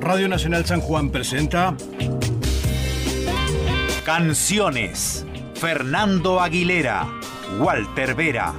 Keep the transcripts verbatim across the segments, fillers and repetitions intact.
Radio Nacional San Juan presenta Canciones. Fernando Aguilera, Walter Vera.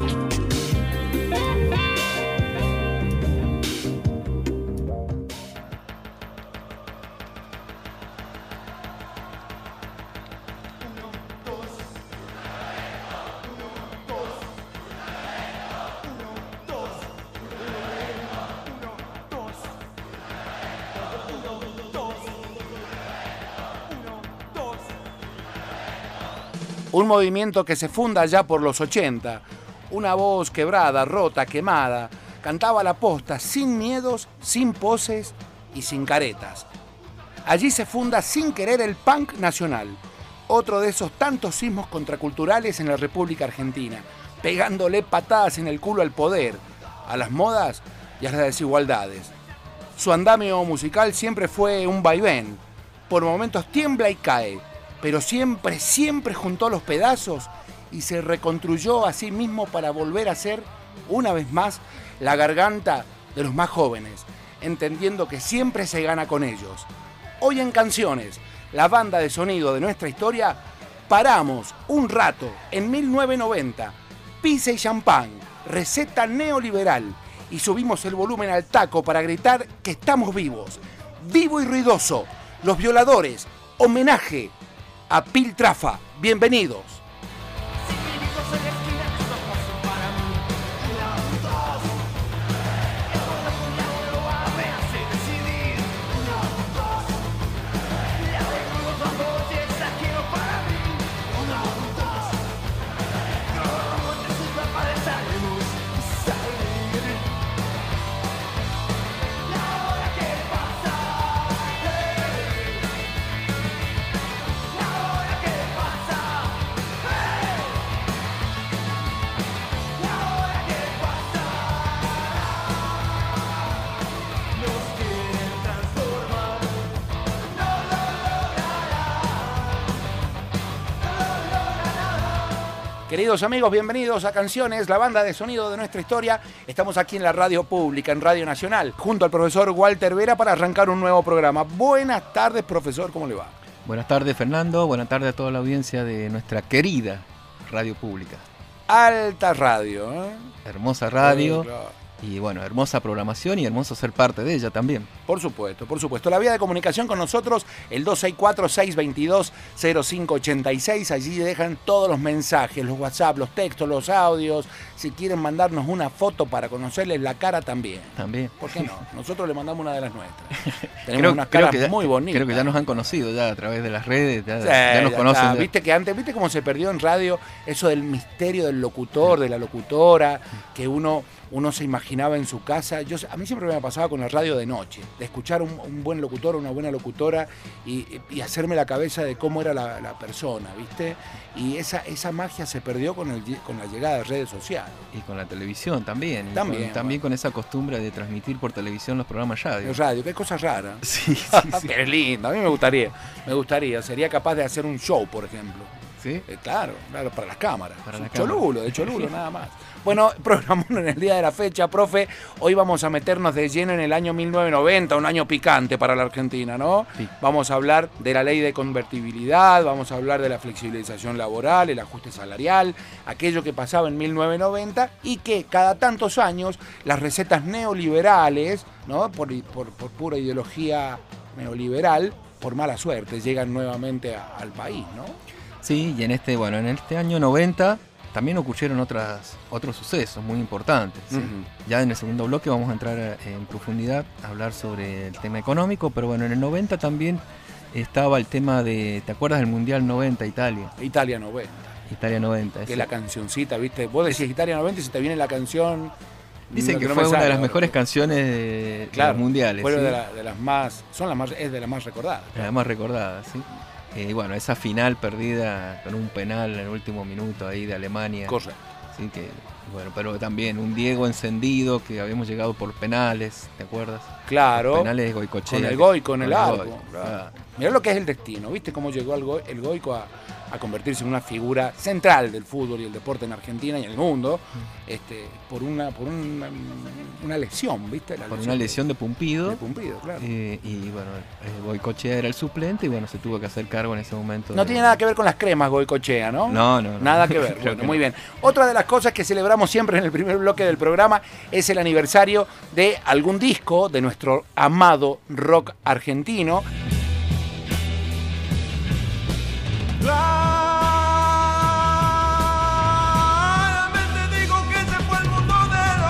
Un movimiento que se funda ya por los ochenta. Una voz quebrada, rota, quemada. Cantaba la posta, sin miedos, sin poses y sin caretas. Allí se funda sin querer el punk nacional. Otro de esos tantos sismos contraculturales en la República Argentina. Pegándole patadas en el culo al poder, a las modas y a las desigualdades. Su andamio musical siempre fue un vaivén. Por momentos tiembla y cae. Pero siempre, siempre juntó los pedazos y se reconstruyó a sí mismo para volver a ser, una vez más, la garganta de los más jóvenes, entendiendo que siempre se gana con ellos. Hoy en Canciones, la banda de sonido de nuestra historia, paramos un rato en mil novecientos noventa, pizza y champán, receta neoliberal, y subimos el volumen al taco para gritar que estamos vivos. Vivo y ruidoso, Los Violadores, homenaje a Piltrafa. Bienvenidos. Queridos amigos, bienvenidos a Canciones, la banda de sonido de nuestra historia. Estamos aquí en la radio pública, en Radio Nacional, junto al profesor Walter Vera para arrancar un nuevo programa. Buenas tardes, profesor, ¿cómo le va? Buenas tardes, Fernando. Buenas tardes a toda la audiencia de nuestra querida radio pública. Alta radio, ¿eh? Hermosa radio. Sí, claro. Y bueno, hermosa programación y hermoso ser parte de ella también. Por supuesto, por supuesto. La vía de comunicación con nosotros, el dos seis cuatro, seis dos dos, cero cinco ocho seis. Allí dejan todos los mensajes, los WhatsApp, los textos, los audios. Si quieren mandarnos una foto para conocerles la cara también. También. ¿Por qué no? Nosotros le mandamos una de las nuestras. Tenemos creo, unas creo caras que ya, muy bonitas. Creo que ya nos han conocido ya a través de las redes. Ya, Sí, ya nos ya conocen. está. Ya. Viste que antes, viste cómo se perdió en radio eso del misterio del locutor, de la locutora, que uno... uno se imaginaba en su casa. Yo, a mí siempre me ha pasado con la radio de noche, de escuchar un, un buen locutor, una buena locutora y, y hacerme la cabeza de cómo era la, la persona, ¿viste? Y esa, esa magia se perdió con, el, con la llegada de redes sociales. Y con la televisión también. Y también. Con, también bueno. con esa costumbre de transmitir por televisión los programas radio. El radio, qué cosa rara. Sí, sí, sí. Pero es lindo, a mí me gustaría. Me gustaría, sería capaz de hacer un show, por ejemplo. ¿Sí? Eh, claro, claro, para las cámaras. Para la Cholulo, cámara. de Cholulo, nada más. Bueno, programón en el día de la fecha, profe. Hoy vamos a meternos de lleno en el año mil novecientos noventa, un año picante para la Argentina, ¿no? Sí. Vamos a hablar de la ley de convertibilidad, vamos a hablar de la flexibilización laboral, el ajuste salarial, aquello que pasaba en mil novecientos noventa y que cada tantos años las recetas neoliberales, ¿no? Por, por, por pura ideología neoliberal, por mala suerte, llegan nuevamente a, al país, ¿no? Sí, y en este, bueno, en este año noventa también ocurrieron otras, otros sucesos muy importantes. ¿sí? Uh-huh. Ya en el segundo bloque vamos a entrar en profundidad a hablar sobre el tema económico, pero bueno, en el noventa también estaba el tema de, ¿te acuerdas del Mundial noventa Italia? Italia noventa. Italia noventa. Que ese. la cancioncita, ¿viste? Vos decís Italia noventa y se te viene la canción... Dicen que no fue me una sale de las ahora, mejores pero... canciones de, claro, de los mundiales. Fue ¿sí? de, la, de las más... Son las más... Es de las más recordadas. De las más recordadas, sí. Y eh, bueno, esa final perdida con un penal en el último minuto ahí de Alemania. Correcto. Sí, que, bueno, pero también un Diego encendido, que habíamos llegado por penales, ¿te acuerdas? Claro. Los penales de Goicoechea. Con el Goy, con, con el arco. Goy, Claro. claro. Mirá lo que es el destino, ¿viste cómo llegó el, Goy, el Goico a, a convertirse en una figura central del fútbol y el deporte en Argentina y en el mundo, este, por una por una, una lesión, ¿viste? La por lesión una lesión de Pumpido. de Pumpido, claro. Eh, y bueno, eh, Goicoechea era el suplente y bueno, se tuvo que hacer cargo en ese momento. No de... tiene nada que ver con las cremas, Goicoechea, ¿no? No, no, no. Nada que ver. Bueno, muy bien. Otra de las cosas que celebramos siempre en el primer bloque del programa es el aniversario de algún disco de nuestro amado rock argentino. Claramente digo que ese fue el mundo del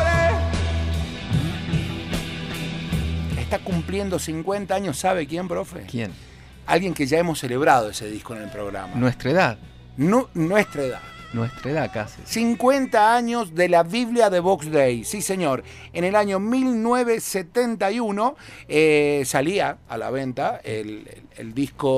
hombre. Está cumpliendo cincuenta años, ¿sabe quién, profe? ¿Quién? Alguien que ya hemos celebrado ese disco en el programa. Nuestra edad. Nu- nuestra edad. Nuestra edad casi. cincuenta años de la Biblia de Box Day, sí señor. En el año mil novecientos setenta y uno eh, salía a la venta el, el, el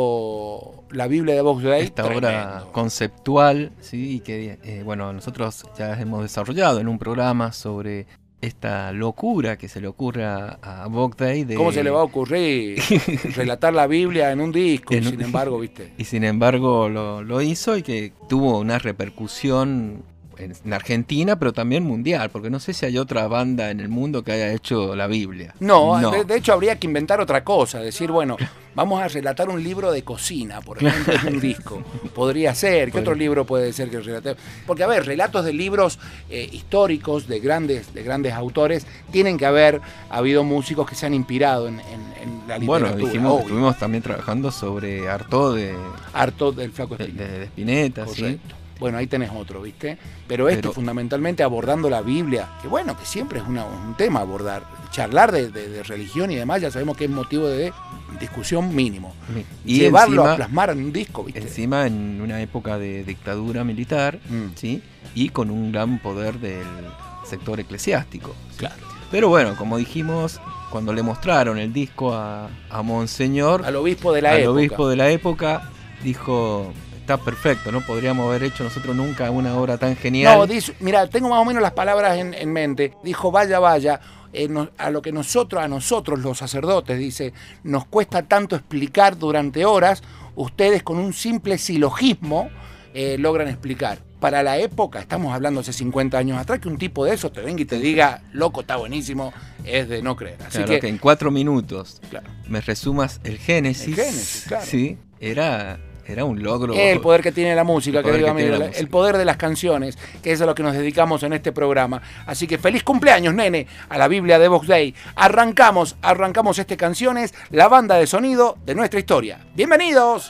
disco La Biblia de Box Day. Esta tremendo. obra conceptual, sí, y que eh, bueno, nosotros ya hemos desarrollado en un programa sobre esta locura que se le ocurre a, a Box Day de... ¿Cómo se le va a ocurrir relatar la Biblia en un disco? En un- Sin embargo, viste. Y sin embargo lo, lo hizo y que tuvo una repercusión en, en Argentina, pero también mundial, porque no sé si hay otra banda en el mundo que haya hecho la Biblia. No, De, de hecho habría que inventar otra cosa, decir, bueno, vamos a relatar un libro de cocina, por ejemplo, en un disco. Podría ser, ¿qué Podría. otro libro puede ser que relate? Porque, a ver, relatos de libros eh, históricos, de grandes, de grandes autores, tienen que haber habido músicos que se han inspirado en, en- en la literatura. Bueno, dijimos que obvio. estuvimos también trabajando sobre Artaud de, Harto del Flaco de, Espina. de- de Spinetta, ¿sí? Correcto. Bueno, ahí tenés otro, ¿viste? Pero este Pero- fundamentalmente abordando la Biblia, que bueno, que siempre es una- un tema abordar. Charlar de, de- de religión y demás, ya sabemos que es motivo de discusión mínimo. Y Llevarlo encima, a plasmar en un disco, ¿viste? encima en una época de dictadura militar, Mm. ¿sí? Y con un gran poder del sector eclesiástico. Claro. Pero bueno, como dijimos, cuando le mostraron el disco a, a Monseñor, Al obispo de la al época. obispo de la época, dijo, está perfecto, no podríamos haber hecho nosotros nunca una obra tan genial. No, dice, mira, tengo más o menos las palabras en, en mente. Dijo, vaya, vaya, eh, no- a lo que nosotros, a nosotros los sacerdotes, dice, nos cuesta tanto explicar durante horas, ustedes con un simple silogismo eh, logran explicar. Para la época, estamos hablando hace cincuenta años atrás, que un tipo de eso te venga y te diga, loco, está buenísimo, es de no creer. Así Claro, que, que en cuatro minutos claro, me resumas el Génesis. El Génesis, claro. Sí, era, era un logro. el poder que tiene la música, El poder querido que amigo, tiene la el música. poder de las canciones, que es a lo que nos dedicamos en este programa. Así que feliz cumpleaños, nene, a la Biblia de Box Day. Arrancamos, arrancamos este Canciones, la banda de sonido de nuestra historia. ¡Bienvenidos!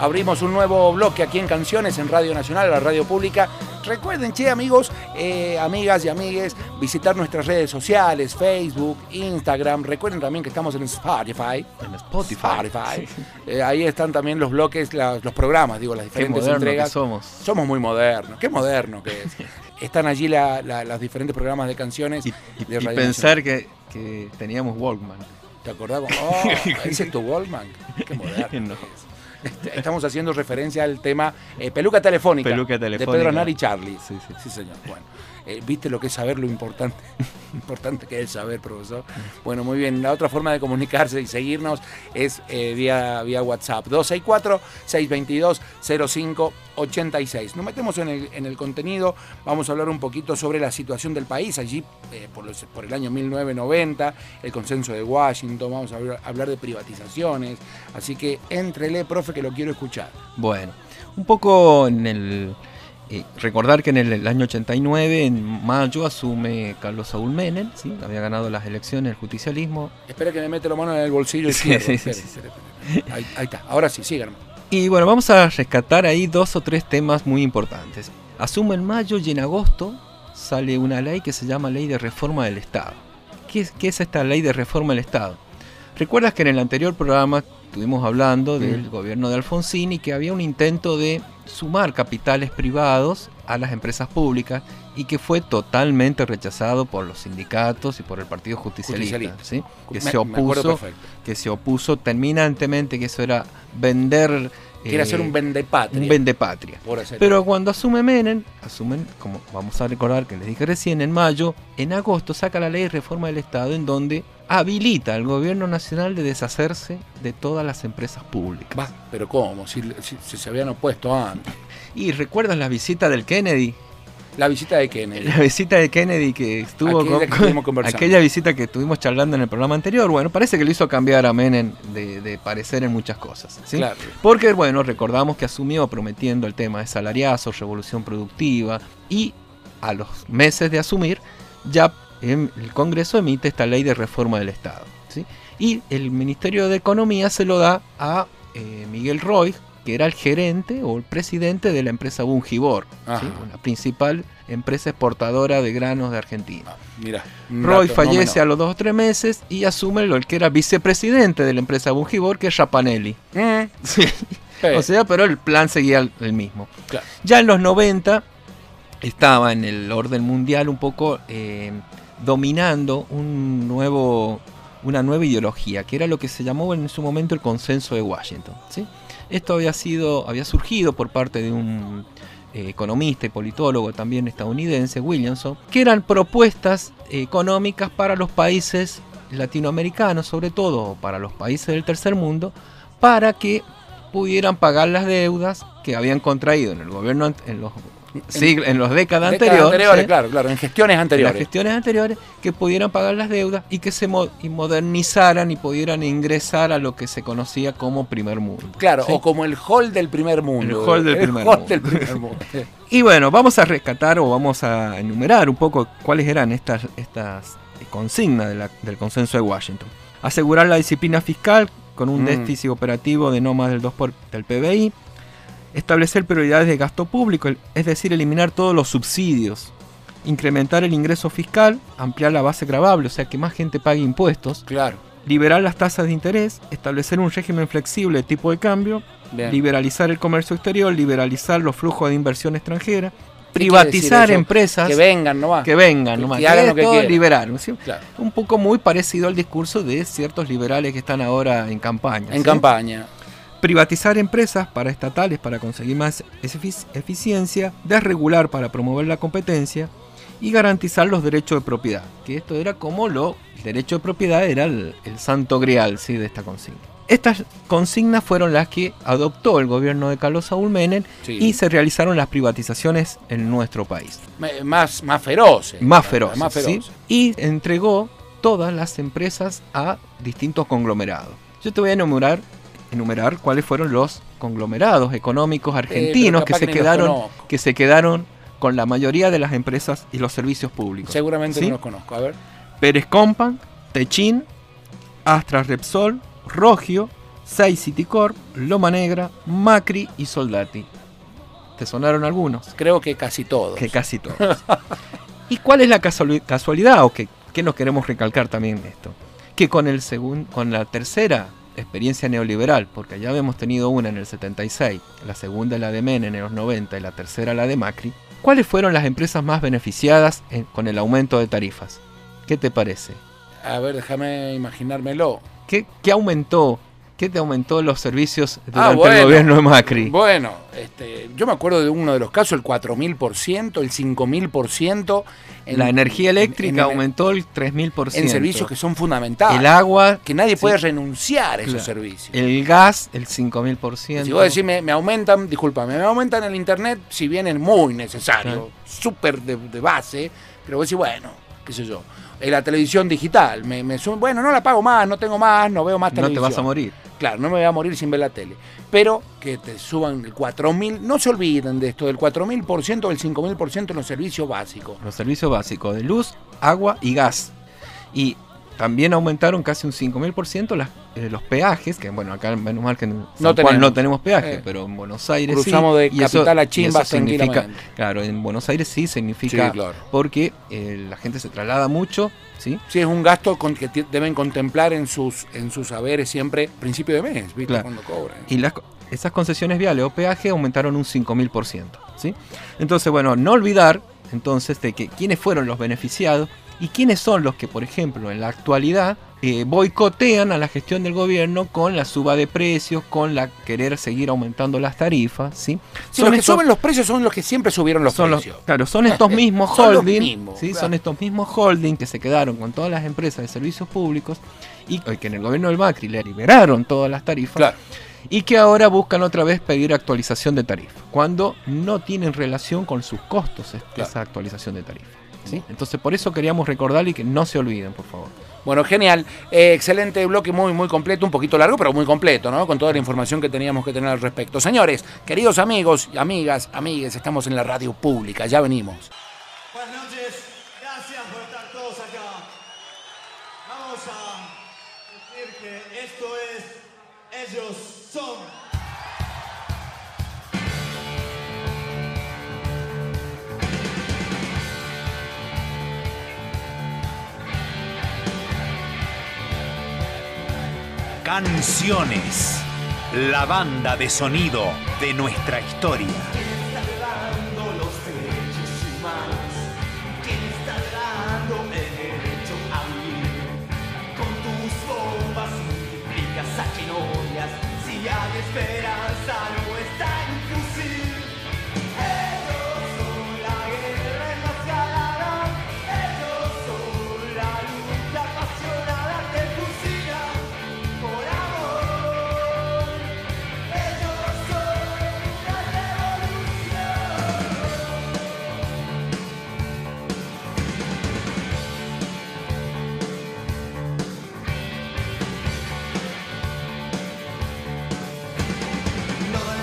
Abrimos un nuevo bloque aquí en Canciones, en Radio Nacional, la radio pública. Recuerden, che, amigos, eh, amigas y amigues, visitar nuestras redes sociales, Facebook, Instagram. Recuerden también que estamos en Spotify. En Spotify. Spotify. Eh, ahí están también los bloques, la, los programas, digo, las diferentes Qué entregas. que somos. Somos muy modernos. Qué moderno que es. Están allí la, la, los diferentes programas de canciones. Y, y, de y Radio pensar que, que teníamos Walkman. ¿Te acordás? Oh, ese es tu Walkman. Qué moderno. No. Estamos haciendo referencia al tema eh, Peluca Telefónica, Peluca de Telefónica. Pedro Aznar y Charlie. Sí, sí. Sí, señor. Bueno, eh, ¿viste lo que es saber lo importante? Importante que es saber, profesor. Bueno, muy bien. La otra forma de comunicarse y seguirnos es eh, vía, vía WhatsApp. dos seis cuatro, seis dos dos, cero cinco ocho seis. Nos metemos en el, en el contenido. Vamos a hablar un poquito sobre la situación del país. Allí, eh, por, los, por el año mil novecientos noventa, el consenso de Washington. Vamos a hablar, hablar de privatizaciones. Así que éntrele, profe, que lo quiero escuchar. Bueno, un poco en el... Eh, recordar que en el, el año ochenta y nueve, en mayo, asume Carlos Saúl Menem, ¿sí? Había ganado las elecciones, el justicialismo. Espera que me mete la mano en el bolsillo Sí, izquierdo. sí, Espere, sí, sí. espere, espere. Ahí, ahí está, ahora sí, síganme. Y bueno, vamos a rescatar ahí dos o tres temas muy importantes. Asume en mayo y en agosto sale una ley que se llama Ley de Reforma del Estado. ¿Qué es, qué es esta Ley de Reforma del Estado? ¿Recuerdas que en el anterior programa estuvimos hablando del mm. gobierno de Alfonsín y que había un intento de sumar capitales privados a las empresas públicas y que fue totalmente rechazado por los sindicatos y por el Partido Justicialista, Justicialista. ¿sí? que, me, se opuso, que se opuso terminantemente, que eso era vender... Quiere eh, hacer un vendepatria. Un vendepatria. Pero cuando asume Menem, asumen, como vamos a recordar que les dije recién, en mayo, en agosto saca la Ley de Reforma del Estado en donde habilita al gobierno nacional de deshacerse de todas las empresas públicas. Va, pero ¿cómo? Si, si, si se habían opuesto antes. ¿Y recuerdas la visita del Kennedy? La visita de Kennedy. La visita de Kennedy que estuvo aquella, con, que con, aquella visita que estuvimos charlando en el programa anterior. Bueno, parece que lo hizo cambiar a Menem de, de parecer en muchas cosas, ¿sí? Claro. Porque, bueno, recordamos que asumió prometiendo el tema de salariazos, revolución productiva, y a los meses de asumir ya el Congreso emite esta Ley de Reforma del Estado, ¿sí? Y el Ministerio de Economía se lo da a eh, Miguel Roig, que era el gerente o el presidente de la empresa Bungibor, ¿sí? La principal empresa exportadora de granos de Argentina. Ah, mira, Roy dato, fallece no a los dos o tres meses y asume el que era vicepresidente de la empresa Bungibor, que es Rapanelli. Mm. Sí. Hey. O sea, pero el plan seguía el, el mismo. Claro. Ya en los noventa estaba en el orden mundial un poco eh, dominando un nuevo, una nueva ideología, que era lo que se llamó en su momento el consenso de Washington, ¿sí? Esto había sido, había surgido por parte de un eh, economista y politólogo también estadounidense, Williamson, que eran propuestas eh, económicas para los países latinoamericanos, sobre todo para los países del tercer mundo, para que pudieran pagar las deudas que habían contraído en el gobierno, en los siglos, en los décadas, décadas anteriores, anteriores, ¿eh? Claro, claro, en gestiones anteriores. En las gestiones anteriores, que pudieran pagar las deudas y que se mo y modernizaran y pudieran ingresar a lo que se conocía como primer mundo. Claro, ¿sí? O como el hall del primer mundo. El hall del, el primer, hall mundo. del primer mundo. Y bueno, vamos a rescatar o vamos a enumerar un poco cuáles eran estas, estas consignas de la, del consenso de Washington. Asegurar la disciplina fiscal con un mm. déficit operativo de no más del dos por ciento del P B I. Establecer prioridades de gasto público, es decir, eliminar todos los subsidios, incrementar el ingreso fiscal, ampliar la base gravable, o sea, que más gente pague impuestos, claro. Liberar las tasas de interés, establecer un régimen flexible de tipo de cambio, Bien. liberalizar el comercio exterior, liberalizar los flujos de inversión extranjera, privatizar empresas que vengan nomás, que vengan nomás, que, que hagan lo que quieran. Liberar, ¿sí? Claro. Un poco muy parecido al discurso de ciertos liberales que están ahora en campaña. En ¿sí? campaña. Privatizar empresas paraestatales para conseguir más efic eficiencia, desregular para promover la competencia y garantizar los derechos de propiedad. Que esto era como lo, el derecho de propiedad era el, el santo grial, ¿sí? de esta consigna. Estas consignas fueron las que adoptó el gobierno de Carlos Saúl Menem sí. y se realizaron las privatizaciones en nuestro país. Más, más feroces. Más feroces, más feroces. ¿sí? Y entregó todas las empresas a distintos conglomerados. Yo te voy a enumerar enumerar cuáles fueron los conglomerados económicos argentinos eh, que se que quedaron que se quedaron con la mayoría de las empresas y los servicios públicos. Seguramente ¿sí? no los conozco, a ver. Pérez Compan, Techin, Astra Repsol, Rogio, Sai Citicorp, Loma Negra, Macri y Soldati. ¿Te sonaron algunos? Creo que casi todos. Que casi todos. ¿Y cuál es la casualidad, o qué, qué nos queremos recalcar también en esto? Que con, el segun, con la tercera experiencia neoliberal, porque ya habíamos tenido una en el setenta y seis, la segunda la de Menem en los noventa y la tercera la de Macri, ¿cuáles fueron las empresas más beneficiadas en, con el aumento de tarifas? ¿Qué te parece? A ver, déjame imaginármelo. ¿Qué, qué aumentó? ¿Qué te aumentó los servicios durante ah, bueno, el gobierno de Macri? Bueno, este, yo me acuerdo de uno de los casos, el cuatro mil por ciento, el cinco mil por ciento. La energía eléctrica en, en, aumentó el tres mil por ciento. En servicios que son fundamentales. El agua. Que nadie sí, puede renunciar a esos claro, servicios. El gas, el cinco mil por ciento. Si vos decís, me, me aumentan, discúlpame, me aumentan el internet, si bien es muy necesario, claro, súper de, de base, pero vos decís, bueno, qué sé yo. La televisión digital, me, me bueno, no la pago más, no tengo más, no veo más televisión. No te vas a morir. Claro, no me voy a morir sin ver la tele. Pero que te suban el cuatro mil, no se olviden de esto, del cuatro mil por ciento o el cinco mil por ciento en los servicios básicos. Los servicios básicos de luz, agua y gas. Y también aumentaron casi un cinco mil por ciento las, eh, los peajes, que bueno, acá menos mal que en San no Juan tenemos, no tenemos peaje, eh, pero en Buenos Aires cruzamos sí. de capital a Chimba significa, claro, en Buenos Aires sí significa, sí, claro, porque eh, la gente se traslada mucho. ¿Sí? Sí, es un gasto con que deben contemplar en sus en sus saberes siempre principio de mes, ¿viste? Claro. Cuando cobran. Y las, esas concesiones viales o peaje aumentaron un cinco mil por ciento. ¿Sí? Entonces, bueno, no olvidar entonces de que quiénes fueron los beneficiados y quiénes son los que, por ejemplo, en la actualidad eh, boicotean a la gestión del gobierno con la suba de precios, con la querer seguir aumentando las tarifas. ¿Sí? Sí, los que estos, suben los precios son los que siempre subieron los son precios. Los, claro, son estos mismos holding, mismos, ¿sí? Claro. Son estos mismos holding que se quedaron con todas las empresas de servicios públicos y que en el gobierno del Macri le liberaron todas las tarifas. Claro. Y que ahora buscan otra vez pedir actualización de tarifa, cuando no tienen relación con sus costos esa claro. actualización de tarifa. ¿Sí? Entonces por eso queríamos recordarle que no se olviden, por favor. Bueno, genial. Eh, excelente bloque, muy, muy completo, un poquito largo, pero muy completo, ¿no? Con toda la información que teníamos que tener al respecto. Señores, queridos amigos, amigas, amigues, estamos en la radio pública, ya venimos. Buenas noches, gracias por estar todos acá. Vamos a decir que esto es Ellos Son. Canciones, la banda de sonido de nuestra historia. No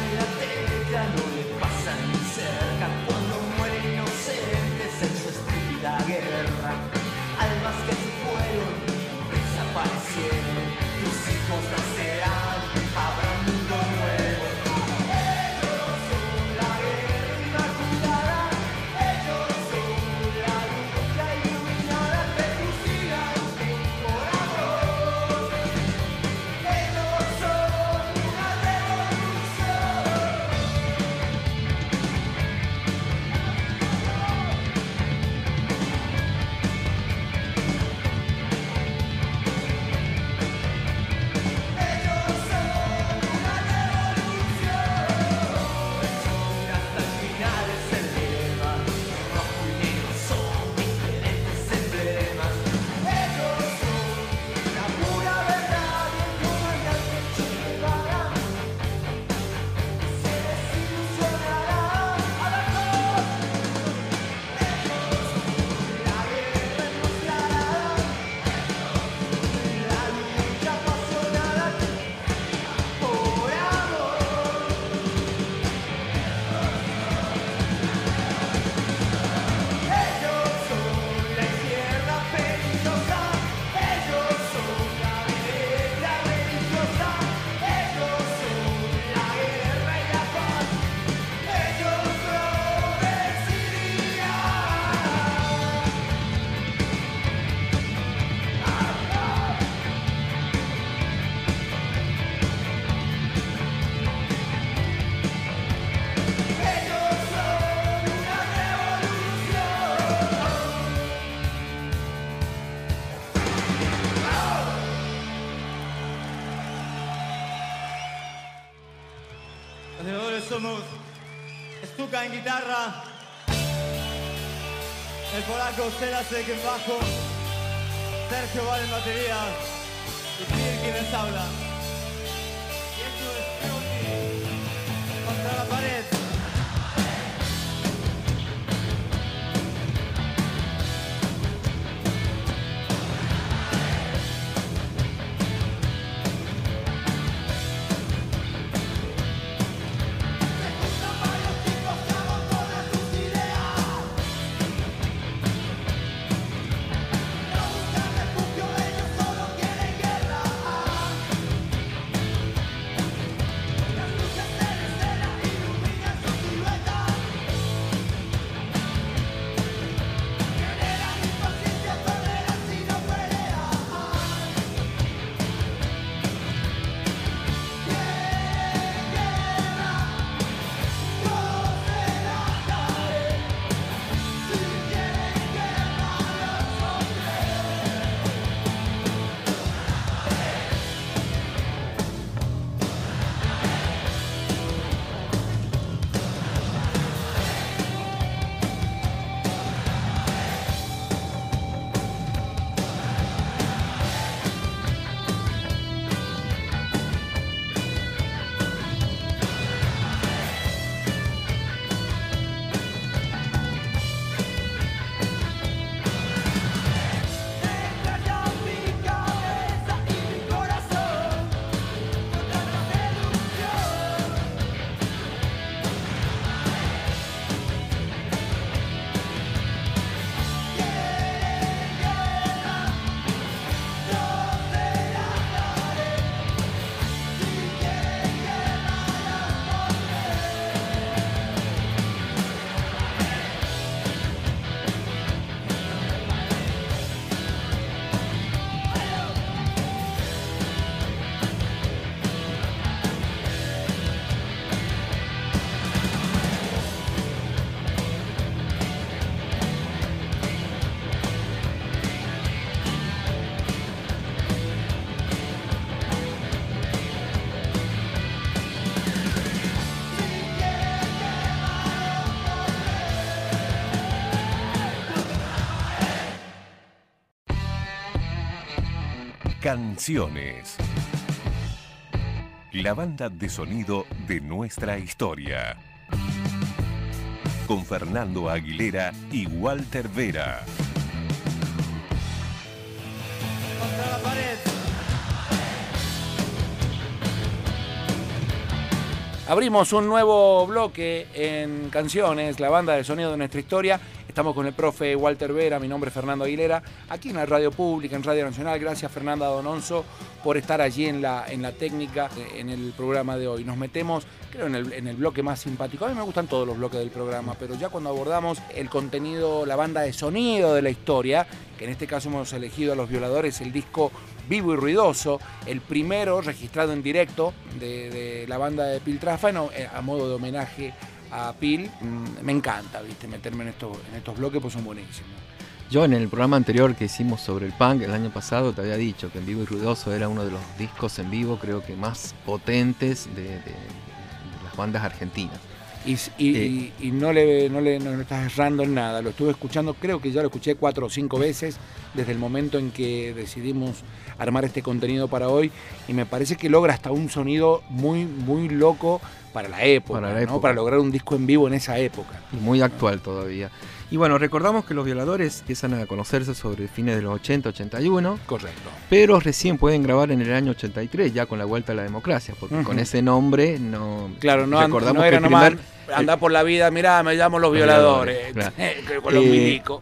somos Stuka en guitarra, el polaco Selasek en bajo, Sergio Val en batería y Pir quien les habla. Y esto es Beauty contra la pared. Canciones. La banda de sonido de nuestra historia. Con Fernando Aguilera y Walter Vera. Contra la pared. Abrimos un nuevo bloque en Canciones, la banda de sonido de nuestra historia. Estamos con el profe Walter Vera, mi nombre es Fernando Aguilera, aquí en la radio pública, en Radio Nacional. Gracias, Fernanda Dononso, por estar allí en la, en la técnica, en el programa de hoy. Nos metemos, creo, en el, en el bloque más simpático. A mí me gustan todos los bloques del programa, pero ya cuando abordamos el contenido, la banda de sonido de la historia, que en este caso hemos elegido a Los Violadores, el disco Vivo y Ruidoso, el primero registrado en directo de, de la banda de Pil Tráfano, a modo de homenaje a Pil. Me encanta, viste, meterme en estos, en estos bloques, pues son buenísimos. Yo en el programa anterior que hicimos sobre el punk el año pasado te había dicho que En Vivo y Ruidoso era uno de los discos en vivo, creo que más potentes de, de, de las bandas argentinas. Y, y, eh, y, y no, le, no le no, no estás errando en nada, lo estuve escuchando, creo que ya lo escuché cuatro o cinco veces desde el momento en que decidimos armar este contenido para hoy, y me parece que logra hasta un sonido muy, muy loco para la época, para, la época. ¿no? Para lograr un disco en vivo en esa época. Y muy actual todavía. Y bueno, recordamos que Los Violadores empiezan a conocerse sobre fines de los ochenta, ochenta y uno. Correcto. Pero recién pueden grabar en el año ochenta y tres, ya con la vuelta a la democracia, porque uh-huh. con ese nombre no... Claro, no, recordamos no era que nomás primer... andar por la vida, mirá, me llamo Los Violadores, Claro. con los eh, milicos.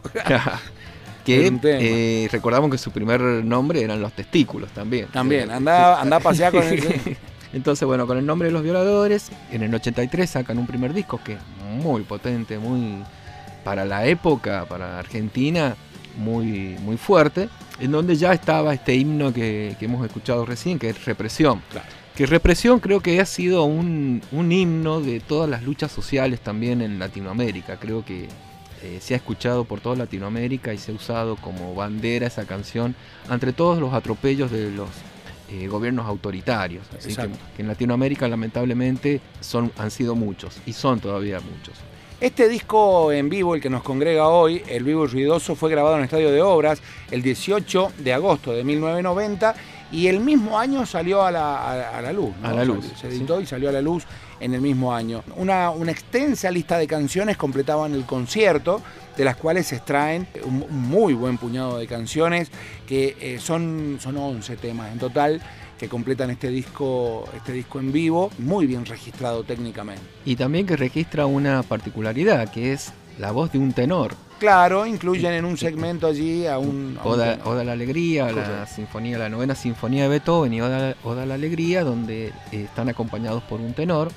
Que eh, recordamos que su primer nombre eran Los Testículos también. También, andá, andá a pasear con el... Entonces, bueno, con el nombre de Los Violadores, en el ochenta y tres sacan un primer disco que es muy potente, muy... para la época, para Argentina, muy, muy fuerte, en donde ya estaba este himno que, que hemos escuchado recién, que es Represión. Claro. Que Represión creo que ha sido un, un himno de todas las luchas sociales también en Latinoamérica. Creo que eh, se ha escuchado por toda Latinoamérica y se ha usado como bandera esa canción ante todos los atropellos de los eh, gobiernos autoritarios, así que, que en Latinoamérica lamentablemente son, han sido muchos y son todavía muchos. Este disco en vivo, el que nos congrega hoy, El Vivo y Ruidoso, fue grabado en el Estadio de Obras el dieciocho de agosto de mil novecientos noventa y el mismo año salió a la, a, a la luz, ¿no? A la luz. Se editó, sí, y salió a la luz en el mismo año. Una, una extensa lista de canciones completaban el concierto, de las cuales se extraen un, un muy buen puñado de canciones, que eh, son, son once temas en total, que completan este disco, este disco en vivo, muy bien registrado técnicamente. Y también que registra una particularidad, que es la voz de un tenor. Claro, incluyen en un segmento allí a un... A Oda, un Oda a la Alegría, la sinfonía, la novena sinfonía de Beethoven y Oda, Oda a la Alegría, donde eh, están acompañados por un tenor.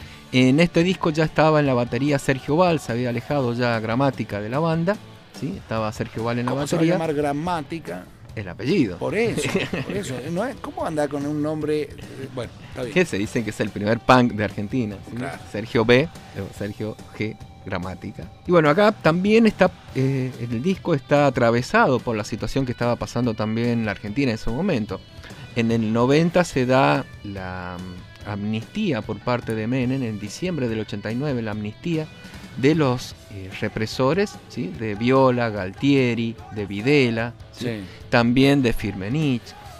En este disco ya estaba en la batería Sergio Val, se había alejado ya Gramática de la banda, ¿sí? Estaba Sergio Val en la ¿Cómo batería. se va a llamar Gramática? El apellido. Por eso, por eso. ¿No es? ¿Cómo anda con un nombre? Bueno, está bien. Que se dicen que es el primer punk de Argentina, ¿sí? Claro. Sergio B, Sergio G, Gramática. Y bueno, acá también está, eh, el disco está atravesado por la situación que estaba pasando también en la Argentina en ese momento. En el noventa se da la um, amnistía por parte de Menem, en diciembre del ochenta y nueve, la amnistía de los eh, represores, ¿sí? De Viola, Galtieri, de Videla, ¿sí? Sí. También de Firmenich.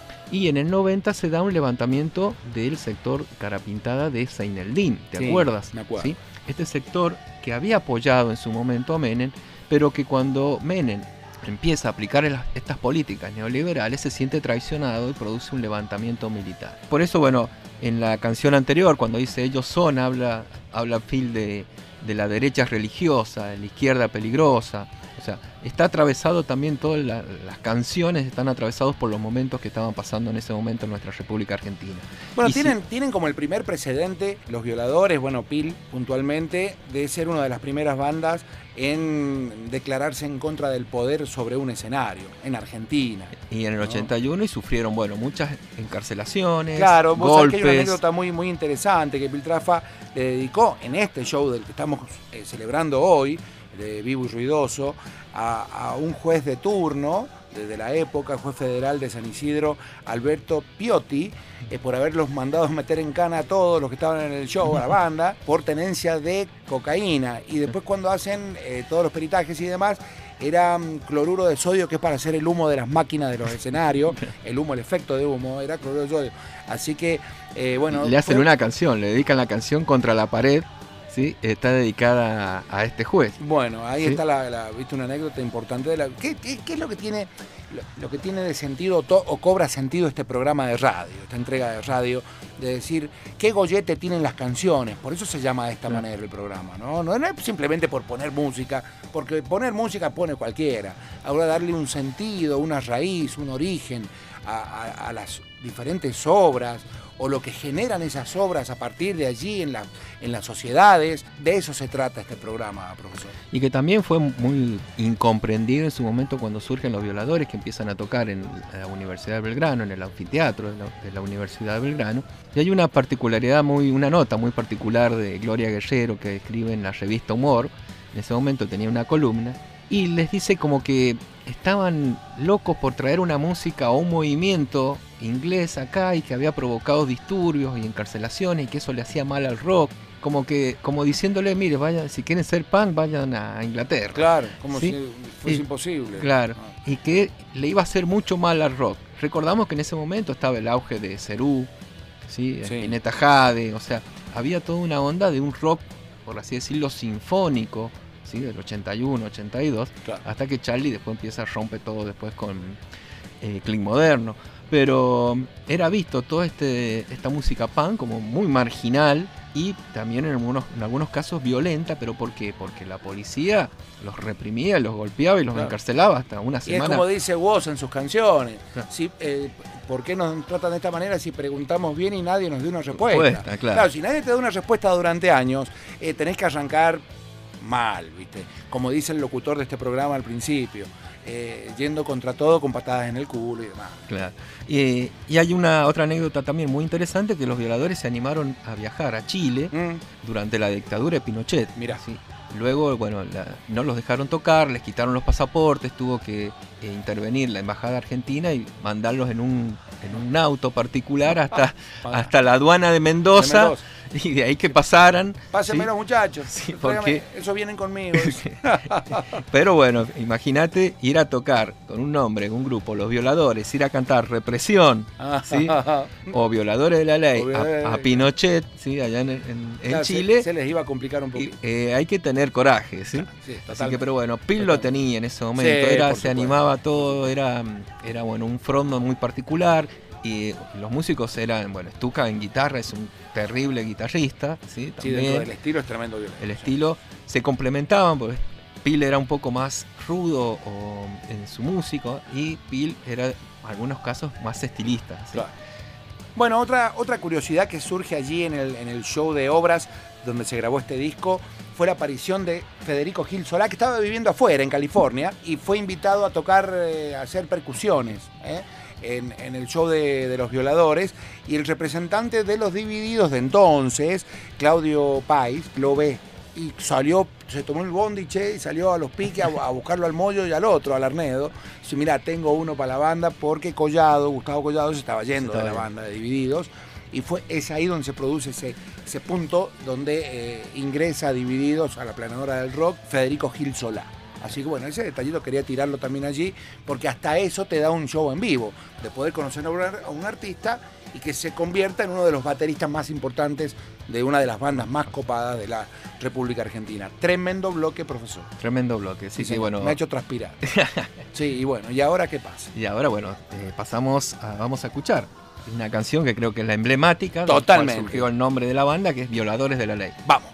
Y en el noventa se da un levantamiento del sector Carapintada de Seineldín, ¿te sí, acuerdas? Me acuerdo. ¿Sí? Este sector que había apoyado en su momento a Menem, pero que cuando Menem empieza a aplicar estas políticas neoliberales se siente traicionado y produce un levantamiento militar. Por eso, bueno, en la canción anterior, cuando dice ellos son, habla, habla Phil de, de la derecha religiosa, de la izquierda peligrosa. O sea, está atravesado también, todas la, las canciones están atravesados por los momentos que estaban pasando en ese momento en nuestra República Argentina. Bueno, y tienen, si, tienen como el primer precedente Los Violadores, bueno, Pil puntualmente, de ser una de las primeras bandas en declararse en contra del poder sobre un escenario, en Argentina. Y en el ¿no? ochenta y uno y sufrieron, bueno, muchas encarcelaciones, claro, vos golpes. Sabés que hay una anécdota muy, muy interesante que Piltrafa le dedicó en este show del que estamos eh, celebrando hoy, de Vivo y Ruidoso, a, a un juez de turno desde la época, juez federal de San Isidro, Alberto Piotti, eh, por haberlos mandado meter en cana a todos los que estaban en el show, a la banda, por tenencia de cocaína. Y después cuando hacen eh, todos los peritajes y demás, era um, cloruro de sodio, que es para hacer el humo de las máquinas de los escenarios, el humo, el efecto de humo, era cloruro de sodio. Así que, eh, bueno... Le hacen fue... una canción, le dedican la canción Contra la Pared, ¿sí? Está dedicada a, a este juez. Bueno, ahí ¿sí? está la, la, viste, una anécdota importante de la. ¿Qué, qué, qué es lo que tiene lo, lo que tiene de sentido to, o cobra sentido este programa de radio, esta entrega de radio, de decir qué gollete tienen las canciones? Por eso se llama de esta claro. manera el programa, ¿no? No es simplemente por poner música, porque poner música pone cualquiera. Ahora darle un sentido, una raíz, un origen a, a, a las diferentes obras, o lo que generan esas obras a partir de allí en, la, en las sociedades. De eso se trata este programa, profesor. Y que también fue muy incomprendido en su momento cuando surgen Los Violadores, que empiezan a tocar en la Universidad de Belgrano, en el anfiteatro de la, de la Universidad de Belgrano. Y hay una particularidad, muy, una nota muy particular de Gloria Guerrero, que escribe en la revista Humor. En ese momento tenía una columna y les dice como que estaban locos por traer una música o un movimiento inglés acá, y que había provocado disturbios y encarcelaciones, y que eso le hacía mal al rock, como que como diciéndole, mire, vayan, si quieren ser punk, vayan a Inglaterra. Claro, como ¿sí? si fuese y, imposible. Claro, ah. y que le iba a hacer mucho mal al rock. Recordamos que en ese momento estaba el auge de Cerú, ¿sí? Sí. Spinetta Jade, o sea, había toda una onda de un rock, por así decirlo, sinfónico, ¿sí? Del ochenta y uno, ochenta y dos, claro. Hasta que Charlie después empieza a romper todo después con eh, Clean Moderno. Pero era visto toda este, esta música punk como muy marginal y también en algunos, en algunos casos violenta. ¿Pero por qué? Porque la policía los reprimía, los golpeaba y los claro. encarcelaba hasta una semana. Y es como dice Woz en sus canciones. Claro. Si, eh, ¿por qué nos tratan de esta manera si preguntamos bien y nadie nos dio una respuesta? respuesta claro. claro, si nadie te da una respuesta durante años, eh, tenés que arrancar mal, ¿viste? Como dice el locutor de este programa al principio. Eh, yendo contra todo con patadas en el culo y demás. Claro. Y, y hay una otra anécdota también muy interesante, que Los Violadores se animaron a viajar a Chile mm. durante la dictadura de Pinochet. Mirá. ¿sí? luego, bueno, la, no los dejaron tocar, les quitaron los pasaportes, tuvo que eh, intervenir la embajada argentina y mandarlos en un, en un auto particular hasta, hasta la aduana de Mendoza, de Mendoza, y de ahí que pasaran. Pásenmelo, ¿sí? Muchachos. Sí, porque... Eso vienen conmigo. Pero bueno, imagínate ir a tocar con un nombre, un grupo, Los Violadores, ir a cantar Represión, ¿sí? O Violadores de la Ley, a, a Pinochet, ¿sí? Allá en, en, en claro, Chile. Se, se les iba a complicar un poquito. Y, eh, hay que tener coraje, ¿sí? Claro, sí, así que, pero bueno, Pil lo tenía en ese momento, sí, era, se animaba todo, era, era bueno, un frontman muy particular. Y los músicos eran, bueno, Stuka en guitarra es un terrible guitarrista, ¿sí? También, sí, dentro del estilo es tremendo violento. El estilo se complementaban, porque Pil era un poco más rudo o, en su música y Pil era, en algunos casos, más estilista, ¿sí? Claro. Bueno, otra, otra curiosidad que surge allí en el, en el show de obras donde se grabó este disco fue la aparición de Federico Gil Solá, que estaba viviendo afuera, en California, y fue invitado a tocar, eh, a hacer percusiones, ¿eh? En, en el show de, de Los Violadores, y el representante de los Divididos de entonces, Claudio Páez, lo ve y salió, se tomó el bondi, che, y salió a los piques a, a buscarlo al Moyo y al otro, al Arnedo. Dice, mira, tengo uno para la banda, porque Collado, Gustavo Collado, se estaba yendo se estaba de la banda de Divididos, y fue es ahí donde se produce ese, ese punto donde eh, ingresa a Divididos, a la planadora del rock, Federico Gil Solá. Así que bueno, ese detallito quería tirarlo también allí, porque hasta eso te da un show en vivo, de poder conocer a un artista y que se convierta en uno de los bateristas más importantes de una de las bandas más copadas de la República Argentina. Tremendo bloque, profesor. Tremendo bloque, sí, sí, sí, bueno. Me ha hecho transpirar. Sí, y bueno, ¿y ahora qué pasa? Y ahora, bueno, eh, pasamos a, vamos a escuchar una canción que creo que es la emblemática. Totalmente. Del cual surgió el nombre de la banda, que es Violadores de la Ley. Vamos.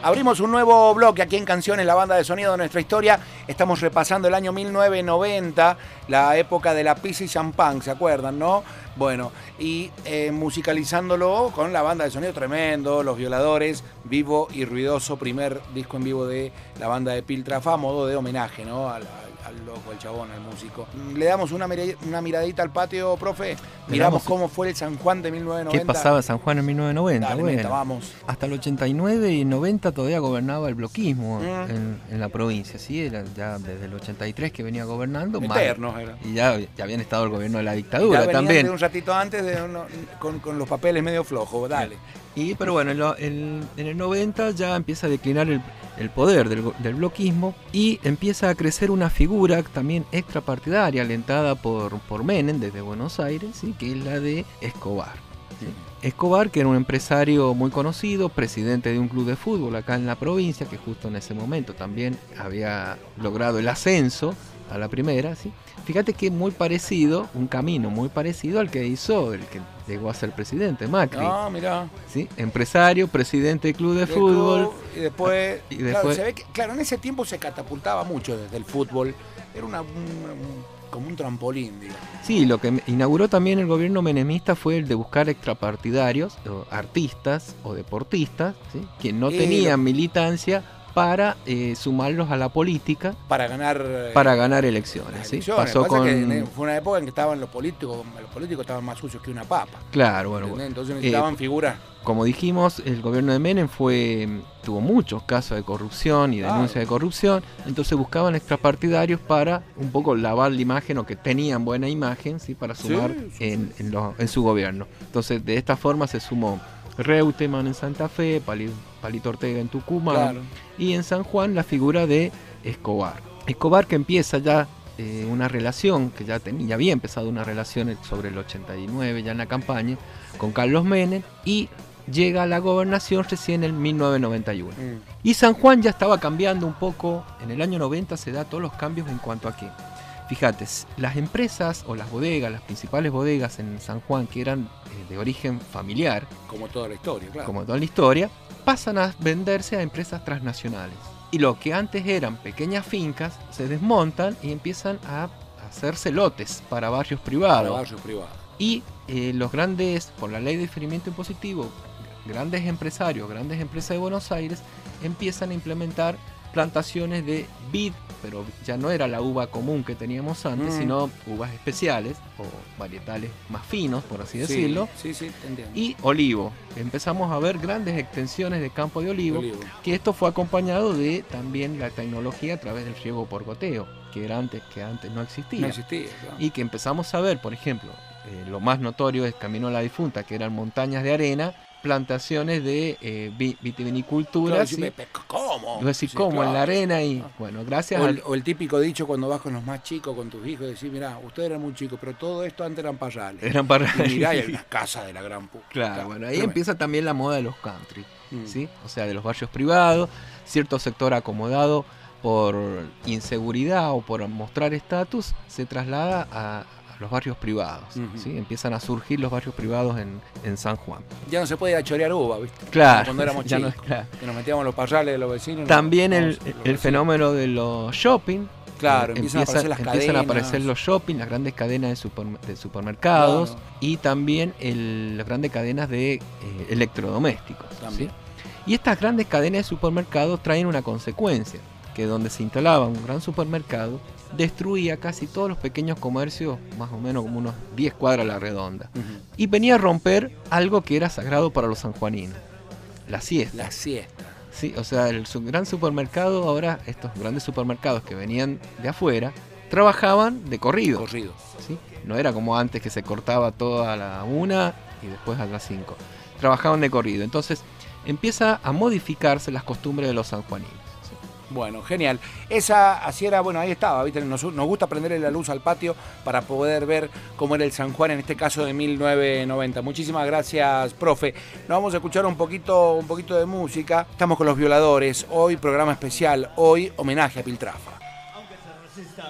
Abrimos un nuevo bloque aquí en Canciones, la banda de sonido de nuestra historia. Estamos repasando el año mil novecientos noventa, la época de la pizza y champán, ¿se acuerdan, no? Bueno, y eh, musicalizándolo con la banda de sonido tremendo, Los Violadores, vivo y ruidoso, primer disco en vivo de la banda de Piltrafa, a modo de homenaje, ¿no? Al, al loco, al chabón, al músico. Le damos una, una miradita al patio, profe. Miramos cómo fue el San Juan de mil novecientos noventa. ¿Qué pasaba en San Juan en mil novecientos noventa? Dale, bueno, neta, vamos. Hasta el ochenta y nueve y noventa todavía gobernaba el bloquismo mm. en, en la provincia, ¿sí? Era ya desde el ochenta y tres que venía gobernando. Eternos era. Y ya, ya habían estado el gobierno de la dictadura ya también. De un ratito antes de uno, con, con los papeles medio flojos, dale. Y, pero bueno, en, lo, en, en el noventa ya empieza a declinar el, el poder del, del bloquismo y empieza a crecer una figura también extrapartidaria alentada por, por Menem desde Buenos Aires, ¿sí? Que es la de Escobar. ¿Sí? Escobar, que era un empresario muy conocido, presidente de un club de fútbol acá en la provincia, que justo en ese momento también había logrado el ascenso a la primera, ¿sí? Fíjate que muy parecido, un camino muy parecido al que hizo el que llegó a ser presidente, Macri. Ah, mirá. ¿Sí? Empresario, presidente del club de, de fútbol. Club, y después, y claro, después se ve que, claro, en ese tiempo se catapultaba mucho desde el fútbol. Era una, un, un, como un trampolín, digamos. Sí, lo que inauguró también el gobierno menemista fue el de buscar extrapartidarios, o artistas o deportistas, ¿sí? Que no y tenían lo... militancia, para eh, sumarlos a la política para ganar para ganar elecciones, ¿sí? elecciones. Pasó con... que fue una época en que estaban los políticos los políticos estaban más sucios que una papa. Claro, bueno, bueno. Entonces necesitaban eh, figuras. Como dijimos, el gobierno de Menem fue tuvo muchos casos de corrupción y denuncias claro. de corrupción, entonces buscaban extrapartidarios para un poco lavar la imagen o que tenían buena imagen, ¿sí? Para sumar sí, sí, en, sí. En, lo, en su gobierno. Entonces de esta forma se sumó Reutemann en Santa Fe, Palito, Palito Ortega en Tucumán, claro. Y en San Juan la figura de Escobar. Escobar que empieza ya eh, una relación, que ya, tenía, ya había empezado una relación sobre el ochenta y nueve ya en la campaña, con Carlos Menem, y llega a la gobernación recién en mil novecientos noventa y uno. Mm. Y San Juan ya estaba cambiando un poco, en el año noventa se da todos los cambios en cuanto a qué. Fíjate, las empresas o las bodegas, las principales bodegas en San Juan, que eran eh, de origen familiar, como toda la historia, claro. Como toda la historia, pasan a venderse a empresas transnacionales. Y lo que antes eran pequeñas fincas, se desmontan y empiezan a hacerse lotes para barrios privados. Para barrios privados. Y eh, los grandes, por la ley de diferimiento impositivo, grandes empresarios, grandes empresas de Buenos Aires, empiezan a implementar plantaciones de vid, pero ya no era la uva común que teníamos antes, mm. sino uvas especiales o varietales más finos, por así sí, decirlo. Sí, sí, te entiendo. Y olivo. Empezamos a ver grandes extensiones de campo de olivo, de olivo, que esto fue acompañado de también la tecnología a través del riego por goteo, que era antes que antes no existía. No existía, claro. Y que empezamos a ver, por ejemplo, eh, lo más notorio es Camino a la Difunta, que eran montañas de arena, plantaciones de eh, vitivinicultura. Claro, ¿sí? me, ¿Cómo? Yo decía, sí, ¿cómo? Claro. En la arena y bueno, gracias o al... el, o el típico dicho cuando vas con los más chicos, con tus hijos, decís, mirá, ustedes eran muy chicos, pero todo esto antes eran parrales. Eran parrales. Y mirá, y hay unas casas de la gran puta. Claro, claro, bueno, ahí pero empieza bueno. también la moda de los country, mm. ¿sí? O sea, de los barrios privados, cierto sector acomodado por inseguridad o por mostrar estatus, se traslada a los barrios privados, uh-huh. ¿sí? Empiezan a surgir los barrios privados en, en San Juan. Ya no se puede ir a chorear uva, ¿viste? Claro. Cuando éramos chicos, no, claro. que nos metíamos en los parrales de los vecinos. También no, el, no, el fenómeno de los shopping. Claro, empiezan, empiezan a aparecer las empiezan cadenas. a aparecer los shopping, las grandes cadenas de, super, de supermercados, claro. Y también el, las grandes cadenas de eh, electrodomésticos. ¿Sí? Y estas grandes cadenas de supermercados traen una consecuencia, que donde se instalaba un gran supermercado, destruía casi todos los pequeños comercios, más o menos como unos diez cuadras a la redonda. Uh-huh. Y venía a romper algo que era sagrado para los sanjuaninos, la siesta. La siesta. Sí, o sea, el gran supermercado, ahora estos grandes supermercados que venían de afuera, trabajaban de corrido. Corrido. ¿Sí? No era como antes que se cortaba toda a la una y después a las cinco. Trabajaban de corrido. Entonces empieza a modificarse las costumbres de los sanjuaninos. Bueno, genial. Esa, así era, bueno, ahí estaba, ¿viste? Nos, nos gusta prenderle la luz al patio para poder ver cómo era el San Juan, en este caso de mil novecientos noventa. Muchísimas gracias, profe. Nos vamos a escuchar un poquito, un poquito de música. Estamos con Los Violadores. Hoy programa especial, hoy homenaje a Piltrafa. Aunque se resistan.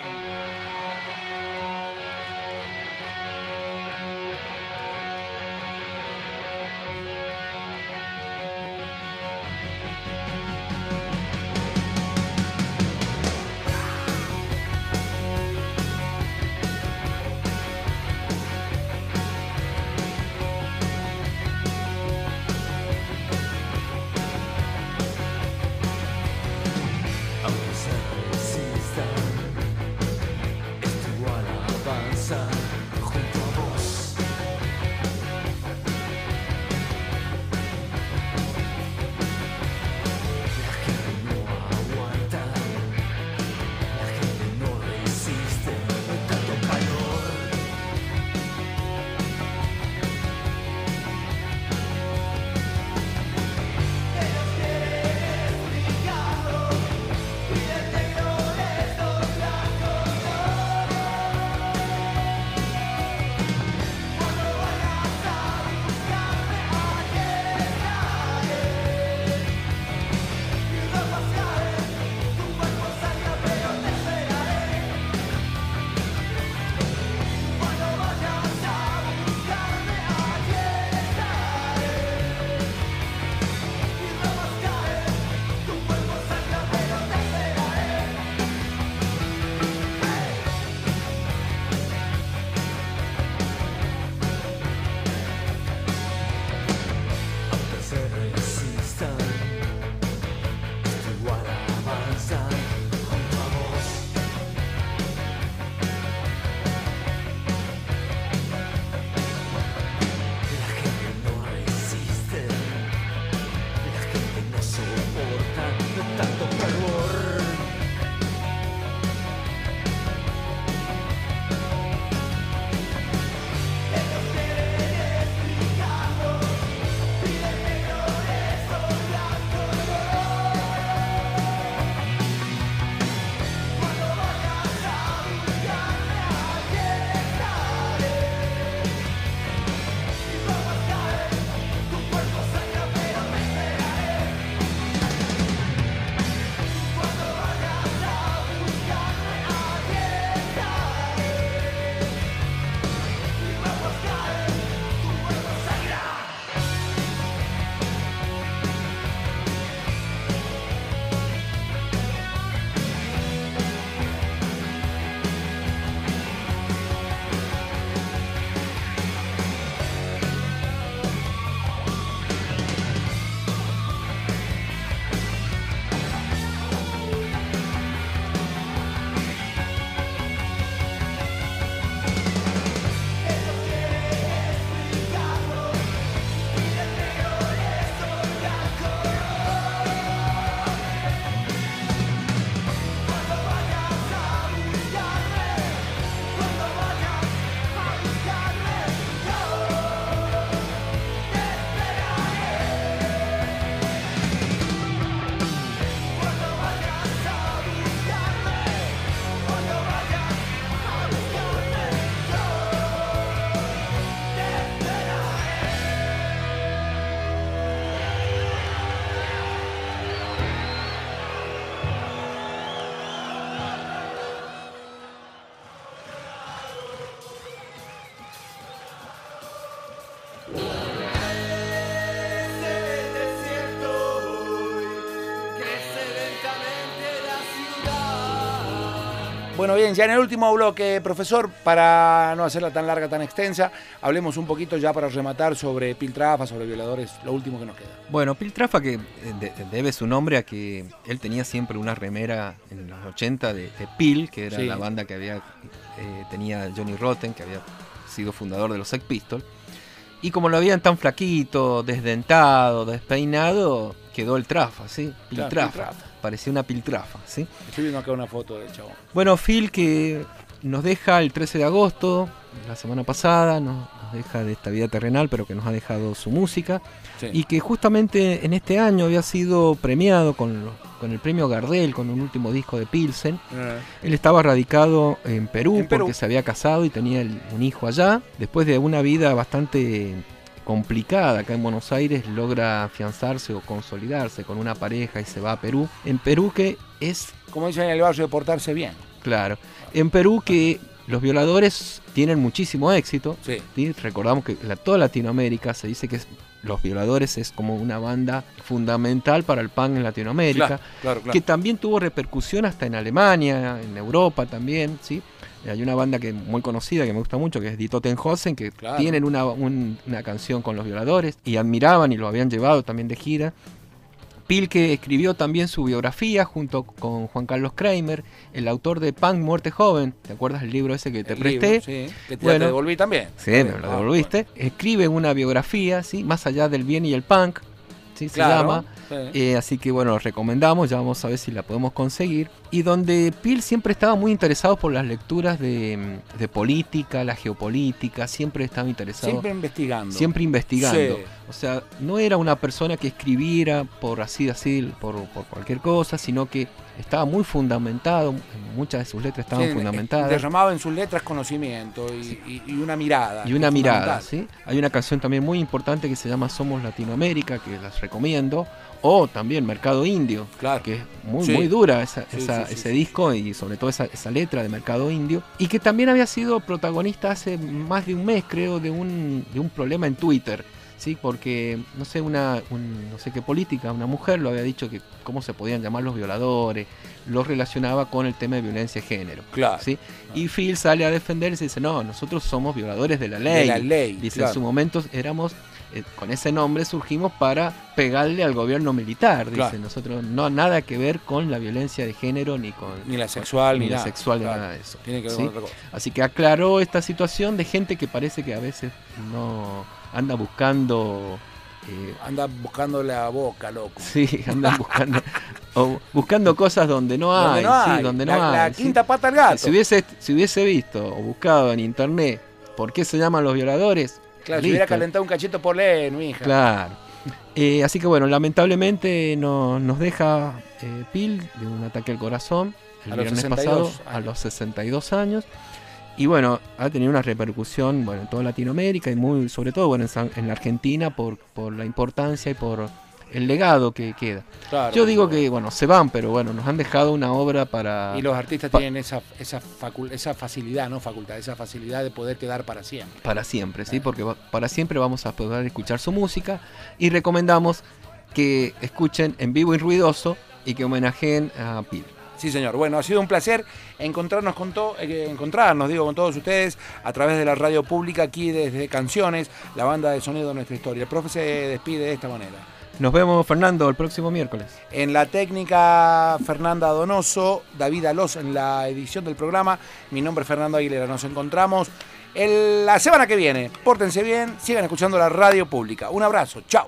Bueno, bien, ya en el último bloque, profesor, para no hacerla tan larga, tan extensa, hablemos un poquito ya para rematar sobre piltrafa, sobre violadores, lo último que nos queda. Bueno, Piltrafa, que de, debe su nombre a que él tenía siempre una remera en los ochenta de, de Pil, que era sí. la banda que había eh, tenía Johnny Rotten, que había sido fundador de los Sex Pistols. Y como lo habían tan flaquito, desdentado, despeinado, quedó el trafa, ¿sí? Piltrafa. Claro, piltrafa. Parecía una piltrafa, ¿sí? Estoy viendo acá una foto del chabón. Bueno, Phil, que nos deja el trece de agosto, la semana pasada, nos, nos deja de esta vida terrenal, pero que nos ha dejado su música. Sí. Y que justamente en este año había sido premiado con, con el premio Gardel, con un último disco de Pilsen. Uh-huh. Él estaba radicado en Perú, en Perú porque se había casado y tenía el, un hijo allá. Después de una vida bastante complicada acá en Buenos Aires, logra afianzarse o consolidarse con una pareja y se va a Perú. En Perú, que es, como dicen en el barrio, de portarse bien. Claro. En Perú, que los violadores tienen muchísimo éxito. Sí. ¿sí? Recordamos que en toda Latinoamérica se dice que es, los violadores es como una banda fundamental para el punk en Latinoamérica. Claro, claro, claro. Que también tuvo repercusión hasta en Alemania, en Europa también, ¿sí? Hay una banda que muy conocida que me gusta mucho, que es Die Totenhosen, que claro. tienen una, un, una canción con los violadores y admiraban y lo habían llevado también de gira. Pil, que escribió también su biografía junto con Juan Carlos Kramer, el autor de Punk Muerte Joven. ¿Te acuerdas del libro ese que te el presté? Libro, sí, que te, bueno, te devolví también. Sí, me lo devolviste. Ah, bueno. Escribe una biografía, ¿sí? Más allá del bien y el punk, ¿sí? Se claro, llama. Sí. Eh, así que bueno, recomendamos, ya vamos a ver si la podemos conseguir. Y donde Pil siempre estaba muy interesado por las lecturas de, de política, la geopolítica, siempre estaba interesado. Siempre investigando. Siempre investigando. Sí. O sea, no era una persona que escribiera por así así, por, por cualquier cosa, sino que estaba muy fundamentado, muchas de sus letras estaban sí, fundamentadas. Derramaba en sus letras conocimiento y, sí. y, y una mirada. Y una mirada, ¿sí? Hay una canción también muy importante que se llama Somos Latinoamérica, que las recomiendo. O también Mercado Indio, claro. que es muy, sí. muy dura esa, sí, esa, sí, sí, ese sí. disco y sobre todo esa, esa letra de Mercado Indio. Y que también había sido protagonista hace más de un mes, creo, de un, de un problema en Twitter. Sí, porque no sé una un, no sé qué política, una mujer lo había dicho que cómo se podían llamar los violadores, lo relacionaba con el tema de violencia de género. Claro. ¿sí? Y Phil sale a defenderse y dice, no, nosotros somos violadores de la ley. De la ley. Dice, claro. en su momento éramos, eh, con ese nombre surgimos para pegarle al gobierno militar. Dice, claro. nosotros no nada que ver con la violencia de género ni con ni la sexual con, ni, ni la nada. sexual claro. ni nada de eso. Tiene que ver ¿sí? con otra cosa. Así que aclaró esta situación de gente que parece que a veces no anda buscando. Eh, andan buscando la boca, loco. Sí, andan buscando o buscando cosas donde no hay, donde no hay. Sí, donde no la, hay. La ¿sí? quinta pata al gato. Si hubiese, si hubiese visto o buscado en internet por qué se llaman los violadores, claro, listo. Si hubiera calentado un cachito por leer, mi hija. Claro. Eh, así que bueno, lamentablemente no, nos deja eh, Pil de un ataque al corazón el a viernes pasado a los sesenta y dos años. Y bueno, ha tenido una repercusión bueno, en toda Latinoamérica y muy sobre todo bueno, en, en la Argentina por, por la importancia y por el legado que queda. Claro, Yo digo claro. que bueno, se van, pero bueno, nos han dejado una obra para... Y los artistas pa tienen esa esa, facul esa facilidad, no facultad, esa facilidad de poder quedar para siempre. Para siempre, sí, porque va para siempre vamos a poder escuchar su música y recomendamos que escuchen En Vivo y Ruidoso y que homenajeen a Pil. Sí, señor. Bueno, ha sido un placer encontrarnos con to eh, encontrarnos, digo, con todos ustedes a través de la radio pública aquí desde Canciones, la banda de sonido de nuestra historia. El profe se despide de esta manera. Nos vemos, Fernando, el próximo miércoles. En la técnica, Fernanda Donoso, David Alós en la edición del programa. Mi nombre es Fernando Aguilera. Nos encontramos el, la semana que viene. Pórtense bien, sigan escuchando la radio pública. Un abrazo, chao.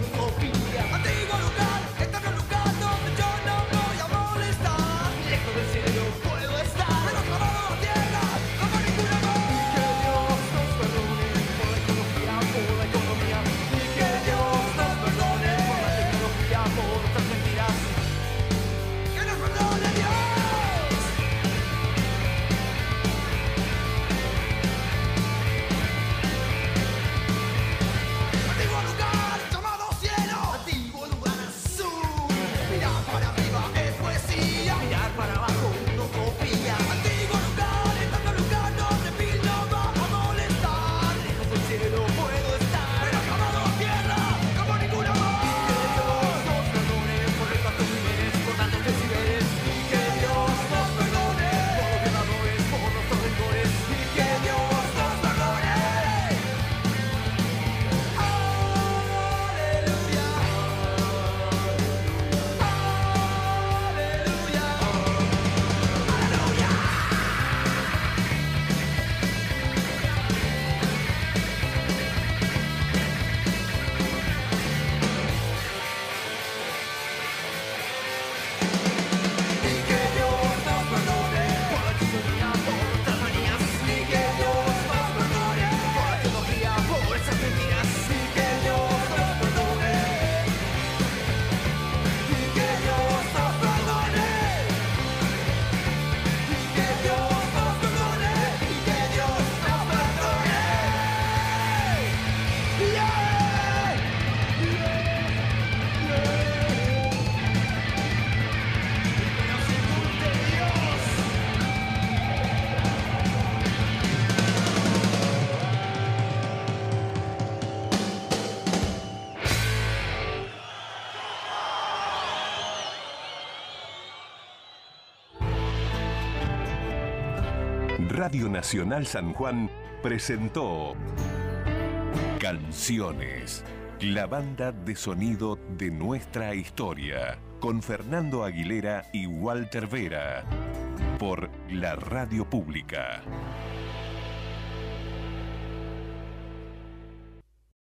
Antiguo lugar, eterno lugar donde yo no voy a molestar. Lejos del Radio Nacional San Juan presentó Canciones, la banda de sonido de nuestra historia, con Fernando Aguilera y Walter Vera, por la Radio Pública.